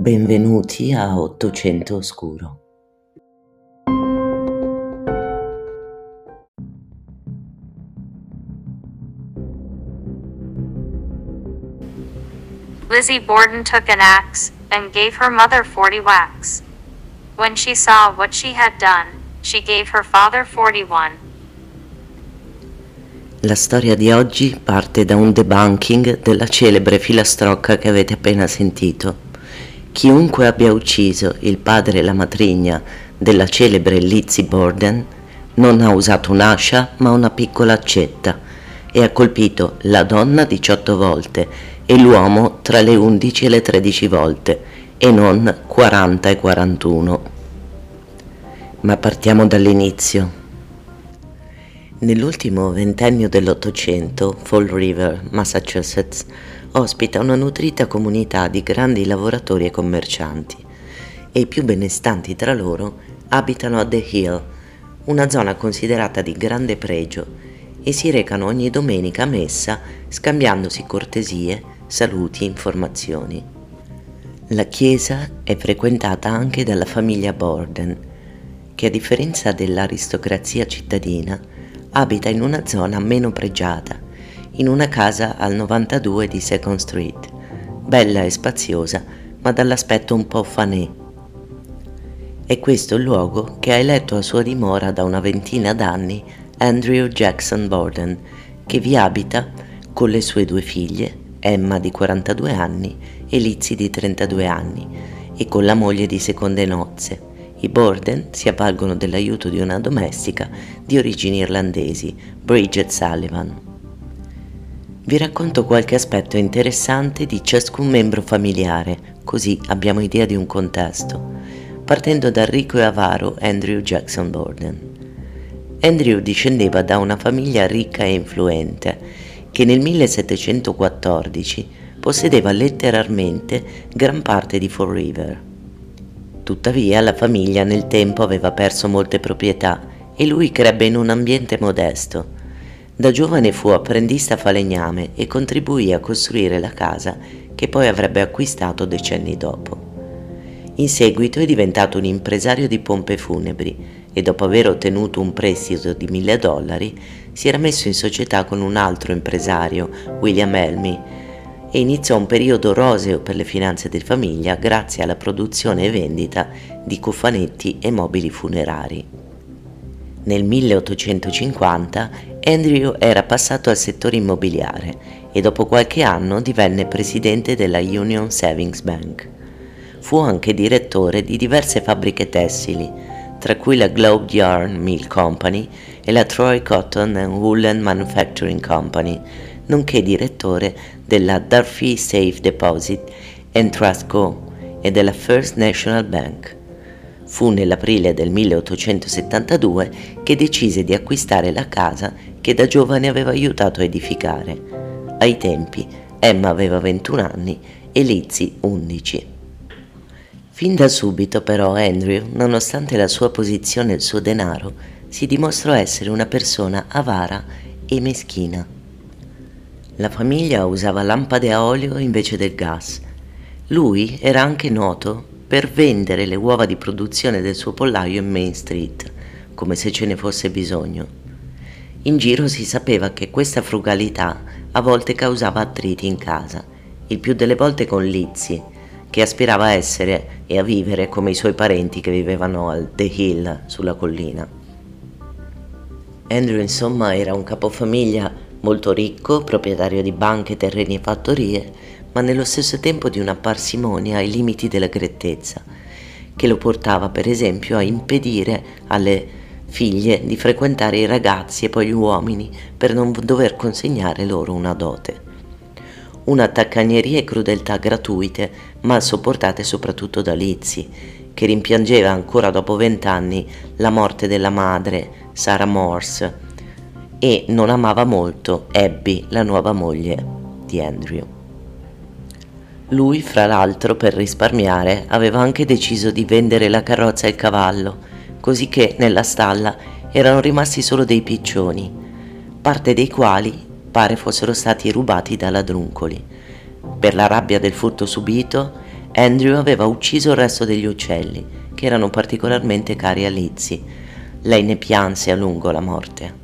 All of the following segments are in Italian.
Benvenuti a Ottocento Oscuro. Lizzie Borden took an axe and gave her mother 40 whacks. When she saw what she had done, she gave her father 41. La storia di oggi parte da un debunking della celebre filastrocca che avete appena sentito. Chiunque abbia ucciso il padre e la matrigna della celebre Lizzie Borden non ha usato un'ascia ma una piccola accetta e ha colpito la donna 18 volte e l'uomo tra le 11 e le 13 volte e non 40 e 41. Ma partiamo dall'inizio. Nell'ultimo ventennio dell'Ottocento, Fall River, Massachusetts, ospita una nutrita comunità di grandi lavoratori e commercianti, e i più benestanti tra loro abitano a The Hill, una zona considerata di grande pregio, e si recano ogni domenica a messa scambiandosi cortesie, saluti e informazioni. La chiesa è frequentata anche dalla famiglia Borden, che a differenza dell'aristocrazia cittadina abita in una zona meno pregiata, in una casa al 92 di Second Street, bella e spaziosa, ma dall'aspetto un po' fanè. È questo il luogo che ha eletto a sua dimora da una ventina d'anni Andrew Jackson Borden, che vi abita con le sue due figlie, Emma di 42 anni e Lizzie di 32 anni, e con la moglie di seconde nozze. I Borden si avvalgono dell'aiuto di una domestica di origini irlandesi, Bridget Sullivan. Vi racconto qualche aspetto interessante di ciascun membro familiare, così abbiamo idea di un contesto, partendo dal ricco e avaro Andrew Jackson Borden. Andrew discendeva da una famiglia ricca e influente, che nel 1714 possedeva letteralmente gran parte di Fall River. Tuttavia la famiglia nel tempo aveva perso molte proprietà e lui crebbe in un ambiente modesto. Da giovane fu apprendista falegname e contribuì a costruire la casa che poi avrebbe acquistato decenni dopo. In seguito è diventato un impresario di pompe funebri e dopo aver ottenuto un prestito di $1.000 si era messo in società con un altro impresario, William Elmy, e iniziò un periodo roseo per le finanze di famiglia grazie alla produzione e vendita di cofanetti e mobili funerari. Nel 1850 Andrew era passato al settore immobiliare e dopo qualche anno divenne presidente della Union Savings Bank. Fu anche direttore di diverse fabbriche tessili, tra cui la Globe Yarn Mill Company e la Troy Cotton and Woolen Manufacturing Company, nonché direttore della Durfee Safe Deposit and Trust Co. e della First National Bank. Fu nell'aprile del 1872 che decise di acquistare la casa che da giovane aveva aiutato a edificare. Ai tempi Emma aveva 21 anni e Lizzie 11. Fin da subito però Andrew, nonostante la sua posizione e il suo denaro, si dimostrò essere una persona avara e meschina. La famiglia usava lampade a olio invece del gas. Lui era anche noto per vendere le uova di produzione del suo pollaio in Main Street, come se ce ne fosse bisogno. In giro si sapeva che questa frugalità a volte causava attriti in casa, il più delle volte con Lizzie, che aspirava a essere e a vivere come i suoi parenti che vivevano al The Hill sulla collina. Andrew insomma era un capofamiglia molto ricco, proprietario di banche, terreni e fattorie, ma nello stesso tempo di una parsimonia ai limiti della grettezza, che lo portava per esempio a impedire alle figlie di frequentare i ragazzi e poi gli uomini per non dover consegnare loro una dote. Una taccagneria e crudeltà gratuite, mal sopportate soprattutto da Lizzie, che rimpiangeva ancora dopo 20 anni la morte della madre, Sarah Morse, e non amava molto Abby, la nuova moglie di Andrew. Lui, fra l'altro, per risparmiare, aveva anche deciso di vendere la carrozza e il cavallo, così che nella stalla erano rimasti solo dei piccioni, parte dei quali pare fossero stati rubati da ladruncoli. Per la rabbia del furto subito, Andrew aveva ucciso il resto degli uccelli, che erano particolarmente cari a Lizzie. Lei ne pianse a lungo la morte.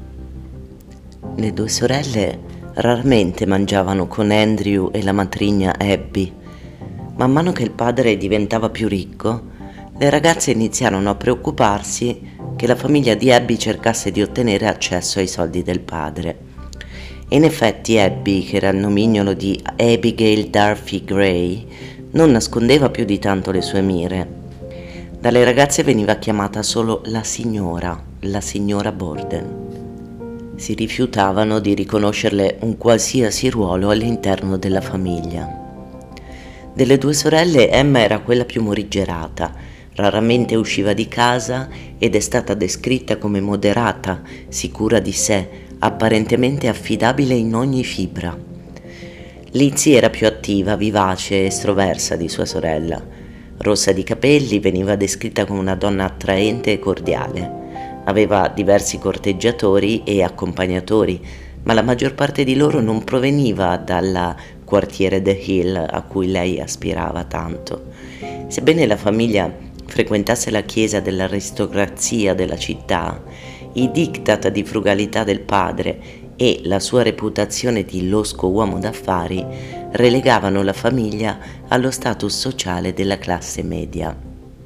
Le due sorelle raramente mangiavano con Andrew e la matrigna Abby. Man mano che il padre diventava più ricco, le ragazze iniziarono a preoccuparsi che la famiglia di Abby cercasse di ottenere accesso ai soldi del padre. E in effetti Abby, che era il nomignolo di Abigail Darby Gray, non nascondeva più di tanto le sue mire. Dalle ragazze veniva chiamata solo la signora Borden. Si rifiutavano di riconoscerle un qualsiasi ruolo all'interno della famiglia. Delle due sorelle, Emma era quella più morigerata, raramente usciva di casa ed è stata descritta come moderata, sicura di sé, apparentemente affidabile in ogni fibra. Lizzie era più attiva, vivace e estroversa di sua sorella. Rossa di capelli, veniva descritta come una donna attraente e cordiale. Aveva diversi corteggiatori e accompagnatori, ma la maggior parte di loro non proveniva dal quartiere The Hill a cui lei aspirava tanto. Sebbene la famiglia frequentasse la chiesa dell'aristocrazia della città, i diktat di frugalità del padre e la sua reputazione di losco uomo d'affari relegavano la famiglia allo status sociale della classe media.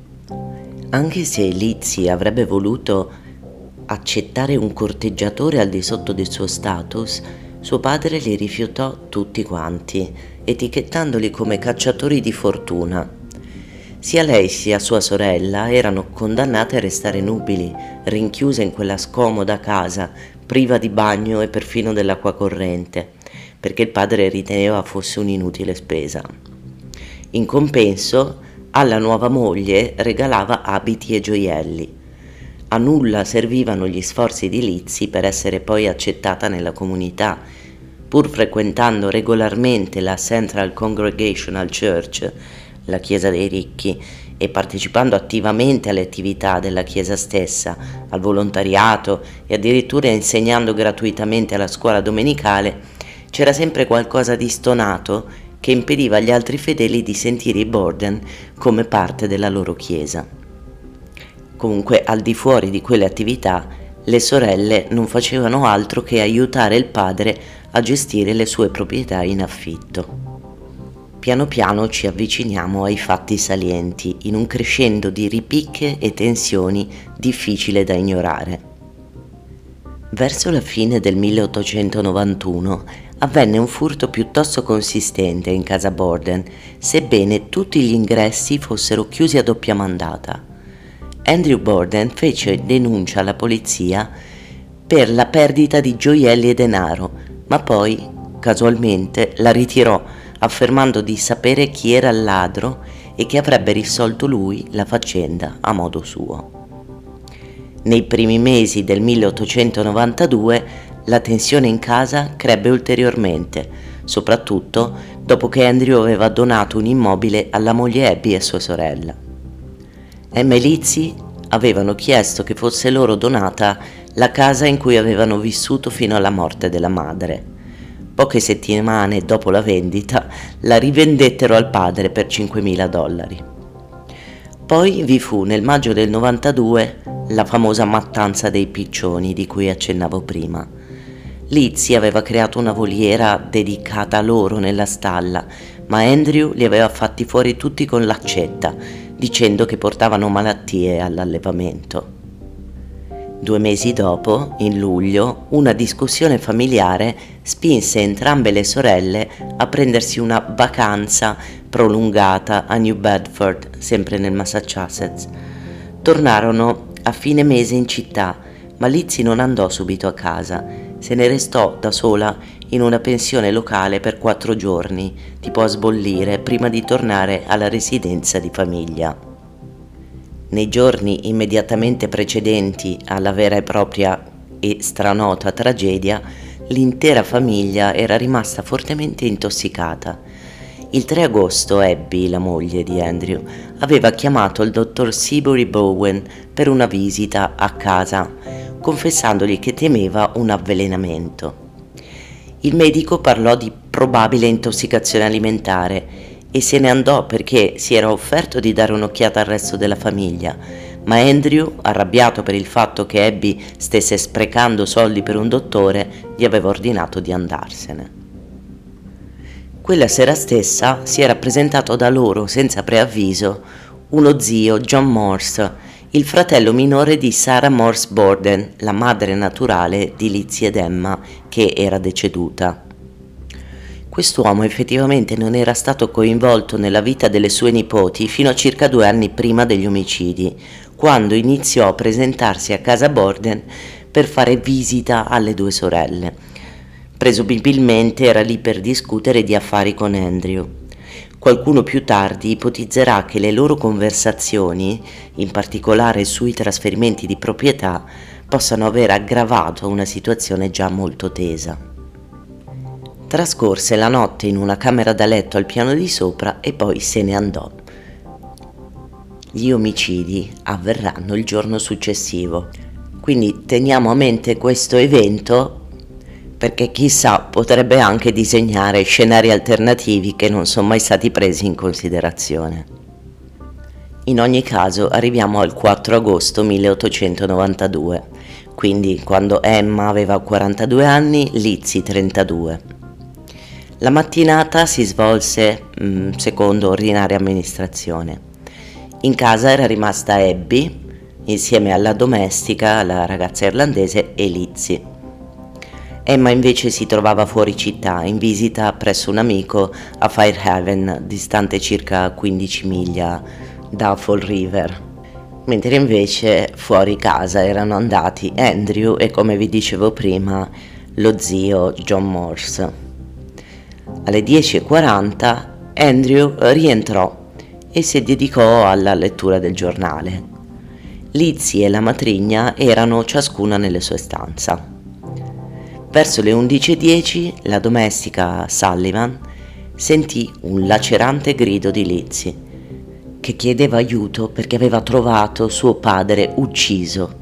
Anche se Lizzie avrebbe voluto accettare un corteggiatore al di sotto del suo status, suo padre li rifiutò tutti quanti, etichettandoli come cacciatori di fortuna. Sia lei sia sua sorella erano condannate a restare nubili, rinchiuse in quella scomoda casa, priva di bagno e perfino dell'acqua corrente, perché il padre riteneva fosse un'inutile spesa. In compenso, alla nuova moglie regalava abiti e gioielli. A nulla servivano gli sforzi di Lizzie per essere poi accettata nella comunità. Pur frequentando regolarmente la Central Congregational Church, la chiesa dei ricchi, e partecipando attivamente alle attività della chiesa stessa, al volontariato e addirittura insegnando gratuitamente alla scuola domenicale, c'era sempre qualcosa di stonato che impediva agli altri fedeli di sentire i Borden come parte della loro chiesa. Comunque, al di fuori di quelle attività, le sorelle non facevano altro che aiutare il padre a gestire le sue proprietà in affitto. Piano piano ci avviciniamo ai fatti salienti, in un crescendo di ripicche e tensioni difficile da ignorare. Verso la fine del 1891 avvenne un furto piuttosto consistente in casa Borden, sebbene tutti gli ingressi fossero chiusi a doppia mandata. Andrew Borden fece denuncia alla polizia per la perdita di gioielli e denaro, ma poi, casualmente, la ritirò, affermando di sapere chi era il ladro e che avrebbe risolto lui la faccenda a modo suo. Nei primi mesi del 1892 la tensione in casa crebbe ulteriormente, soprattutto dopo che Andrew aveva donato un immobile alla moglie Abby e sua sorella. Emma e Lizzie avevano chiesto che fosse loro donata la casa in cui avevano vissuto fino alla morte della madre. Poche settimane dopo la vendita la rivendettero al padre per $5.000. Poi vi fu nel maggio del 92 la famosa mattanza dei piccioni di cui accennavo prima. Lizzie aveva creato una voliera dedicata a loro nella stalla, ma Andrew li aveva fatti fuori tutti con l'accetta, dicendo che portavano malattie all'allevamento. 2 mesi dopo, in luglio, una discussione familiare spinse entrambe le sorelle a prendersi una vacanza prolungata a New Bedford, sempre nel Massachusetts. Tornarono a fine mese in città, ma Lizzie non andò subito a casa. Se ne restò da sola in una pensione locale per 4 giorni, tipo a sbollire, prima di tornare alla residenza di famiglia. Nei giorni immediatamente precedenti alla vera e propria e stranota tragedia, l'intera famiglia era rimasta fortemente intossicata. Il 3 agosto Abby, la moglie di Andrew, aveva chiamato il dottor Seabury Bowen per una visita a casa, confessandogli che temeva un avvelenamento. Il medico parlò di probabile intossicazione alimentare e se ne andò perché si era offerto di dare un'occhiata al resto della famiglia, ma Andrew, arrabbiato per il fatto che Abby stesse sprecando soldi per un dottore, gli aveva ordinato di andarsene. Quella sera stessa si era presentato da loro senza preavviso uno zio, John Morse, il fratello minore di Sarah Morse Borden, la madre naturale di Lizzie ed Emma, che era deceduta. Quest'uomo effettivamente non era stato coinvolto nella vita delle sue nipoti fino a circa 2 anni prima degli omicidi, quando iniziò a presentarsi a casa Borden per fare visita alle 2 sorelle. Presumibilmente era lì per discutere di affari con Andrew. Qualcuno più tardi ipotizzerà che le loro conversazioni, in particolare sui trasferimenti di proprietà, possano aver aggravato una situazione già molto tesa. Trascorse la notte in una camera da letto al piano di sopra e poi se ne andò. Gli omicidi avverranno il giorno successivo, quindi teniamo a mente questo evento perché chissà potrebbe anche disegnare scenari alternativi che non sono mai stati presi in considerazione. In ogni caso arriviamo al 4 agosto 1892, quindi quando Emma aveva 42 anni, Lizzie 32. La mattinata si svolse secondo ordinaria amministrazione. In casa era rimasta Abby, insieme alla domestica, la ragazza irlandese e Lizzie. Emma invece si trovava fuori città, in visita presso un amico a Fairhaven, distante circa 15 miglia da Fall River, mentre invece fuori casa erano andati Andrew e, come vi dicevo prima, lo zio John Morse. Alle 10:40 Andrew rientrò e si dedicò alla lettura del giornale. Lizzie e la matrigna erano ciascuna nelle sue stanze. Verso le 11:10 la domestica Sullivan sentì un lacerante grido di Lizzie, che chiedeva aiuto perché aveva trovato suo padre ucciso.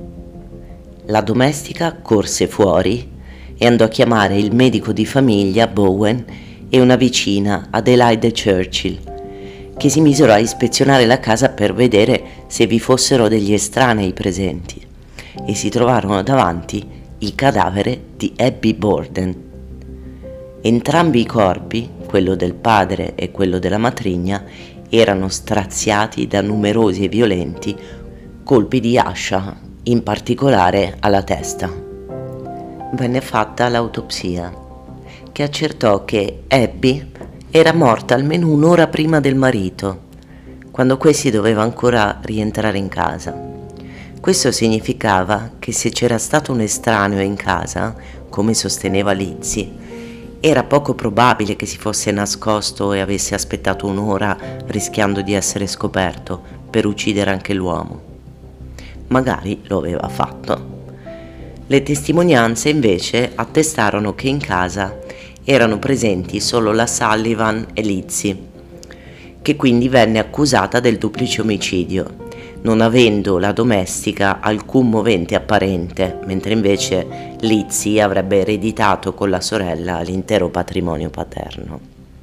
La domestica corse fuori e andò a chiamare il medico di famiglia Bowen e una vicina, Adelaide Churchill, che si misero a ispezionare la casa per vedere se vi fossero degli estranei presenti, e si trovarono davanti il cadavere di Abby Borden. Entrambi i corpi, quello del padre e quello della matrigna, erano straziati da numerosi e violenti colpi di ascia, in particolare alla testa. Venne fatta l'autopsia, che accertò che Abby era morta almeno un'ora prima del marito, quando questi doveva ancora rientrare in casa. Questo significava che se c'era stato un estraneo in casa, come sosteneva Lizzie, era poco probabile che si fosse nascosto e avesse aspettato un'ora rischiando di essere scoperto per uccidere anche l'uomo. Magari lo aveva fatto. Le testimonianze invece attestarono che in casa erano presenti solo la Sullivan e Lizzie, che quindi venne accusata del duplice omicidio, non avendo la domestica alcun movente apparente, mentre invece Lizzie avrebbe ereditato con la sorella l'intero patrimonio paterno.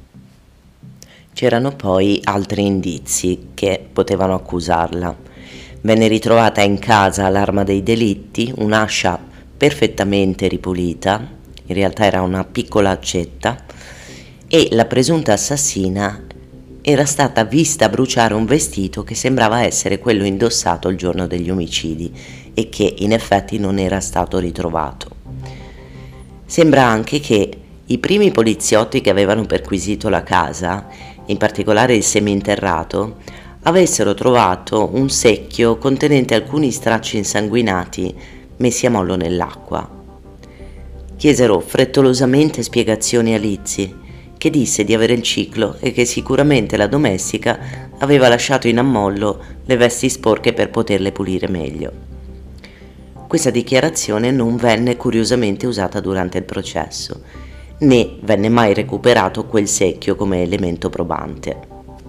C'erano poi altri indizi che potevano accusarla. Venne ritrovata in casa l'arma dei delitti, un'ascia perfettamente ripulita, in realtà era una piccola accetta, e la presunta assassina era stata vista bruciare un vestito che sembrava essere quello indossato il giorno degli omicidi e che in effetti non era stato ritrovato. Sembra anche che i primi poliziotti che avevano perquisito la casa, in particolare il seminterrato, avessero trovato un secchio contenente alcuni stracci insanguinati messi a mollo nell'acqua. Chiesero frettolosamente spiegazioni a Lizzie, che disse di avere il ciclo e che sicuramente la domestica aveva lasciato in ammollo le vesti sporche per poterle pulire meglio. Questa dichiarazione non venne curiosamente usata durante il processo, né venne mai recuperato quel secchio come elemento probante.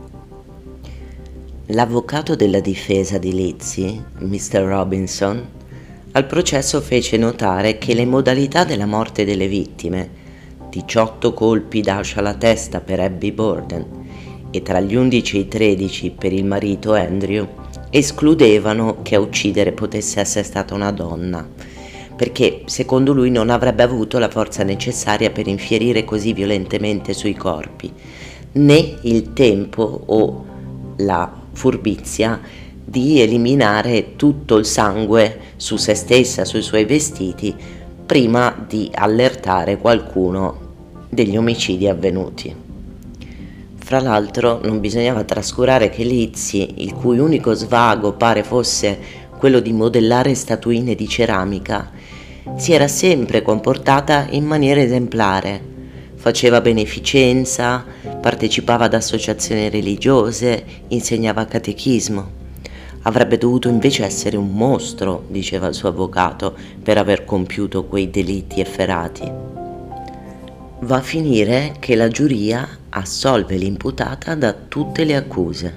L'avvocato della difesa di Lizzie, Mr. Robinson, al processo fece notare che le modalità della morte delle vittime, 18 colpi d'ascia alla testa per Abby Borden e tra gli 11 e i 13 per il marito Andrew escludevano che a uccidere potesse essere stata una donna, perché secondo lui non avrebbe avuto la forza necessaria per infierire così violentemente sui corpi, né il tempo o la furbizia di eliminare tutto il sangue su se stessa, sui suoi vestiti, prima di allertare qualcuno degli omicidi avvenuti. Fra l'altro non bisognava trascurare che Lizzie, il cui unico svago pare fosse quello di modellare statuine di ceramica, si era sempre comportata in maniera esemplare. Faceva beneficenza, partecipava ad associazioni religiose, insegnava catechismo. Avrebbe dovuto invece essere un mostro, diceva il suo avvocato, per aver compiuto quei delitti efferati. Va a finire che la giuria assolve l'imputata da tutte le accuse.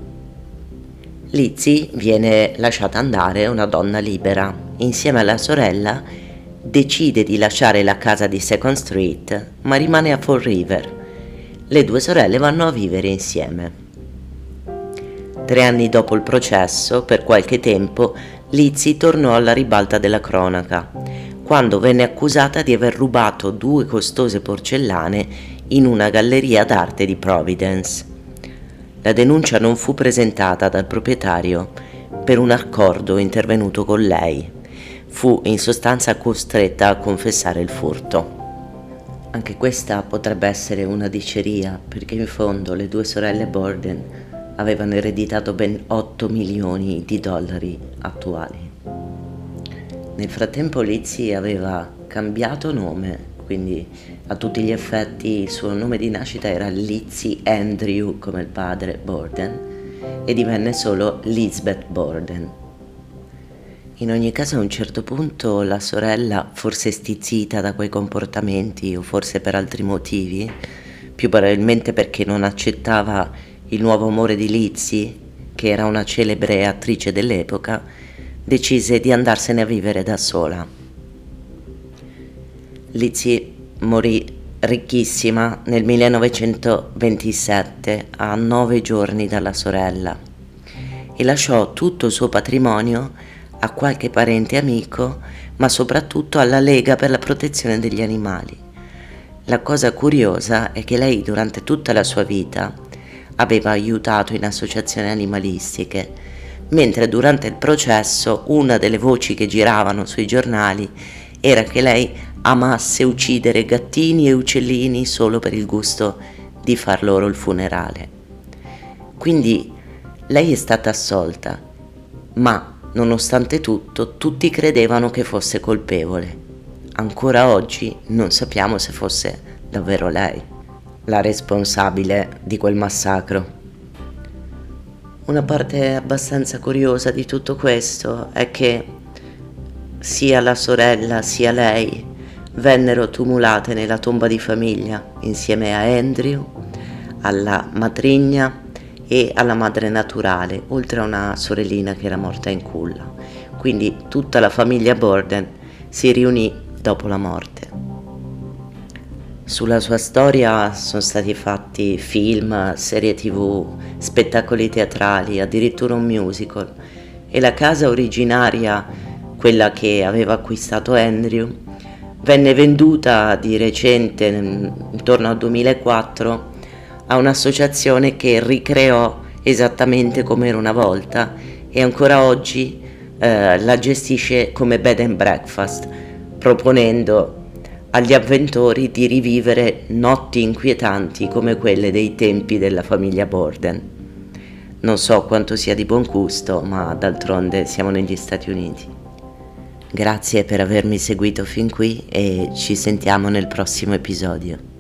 Lizzie viene lasciata andare, una donna libera. Insieme alla sorella decide di lasciare la casa di Second Street, ma rimane a Fall River. Le due sorelle vanno a vivere insieme. 3 anni dopo il processo, per qualche tempo, Lizzie tornò alla ribalta della cronaca, quando venne accusata di aver rubato 2 costose porcellane in una galleria d'arte di Providence. La denuncia non fu presentata dal proprietario per un accordo intervenuto con lei. Fu in sostanza costretta a confessare il furto. Anche questa potrebbe essere una diceria, perché in fondo le 2 sorelle Borden avevano ereditato ben 8 milioni di dollari attuali. Nel frattempo Lizzie aveva cambiato nome, quindi a tutti gli effetti il suo nome di nascita era Lizzie Andrew come il padre Borden e divenne solo Lizbeth Borden. In ogni caso a un certo punto la sorella, forse stizzita da quei comportamenti o forse per altri motivi, più probabilmente perché non accettava il nuovo amore di Lizzie, che era una celebre attrice dell'epoca, decise di andarsene a vivere da sola. Lizzie morì ricchissima nel 1927, a 9 giorni dalla sorella, e lasciò tutto il suo patrimonio a qualche parente e amico, ma soprattutto alla Lega per la protezione degli animali. La cosa curiosa è che lei durante tutta la sua vita aveva aiutato in associazioni animalistiche, mentre durante il processo una delle voci che giravano sui giornali era che lei amasse uccidere gattini e uccellini solo per il gusto di far loro il funerale. Quindi lei è stata assolta, ma nonostante tutto tutti credevano che fosse colpevole. Ancora oggi non sappiamo se fosse davvero lei la responsabile di quel massacro. Una parte abbastanza curiosa di tutto questo è che sia la sorella sia lei vennero tumulate nella tomba di famiglia insieme a Andrew, alla matrigna e alla madre naturale, oltre a una sorellina che era morta in culla. Quindi tutta la famiglia Borden si riunì dopo la morte. Sulla sua storia sono stati fatti film, serie TV, spettacoli teatrali, addirittura un musical, e la casa originaria, quella che aveva acquistato Andrew, venne venduta di recente, intorno al 2004, a un'associazione che ricreò esattamente come era una volta e ancora oggi la gestisce come bed and breakfast, proponendo agli avventori di rivivere notti inquietanti come quelle dei tempi della famiglia Borden. Non so quanto sia di buon gusto, ma d'altronde siamo negli Stati Uniti. Grazie per avermi seguito fin qui e ci sentiamo nel prossimo episodio.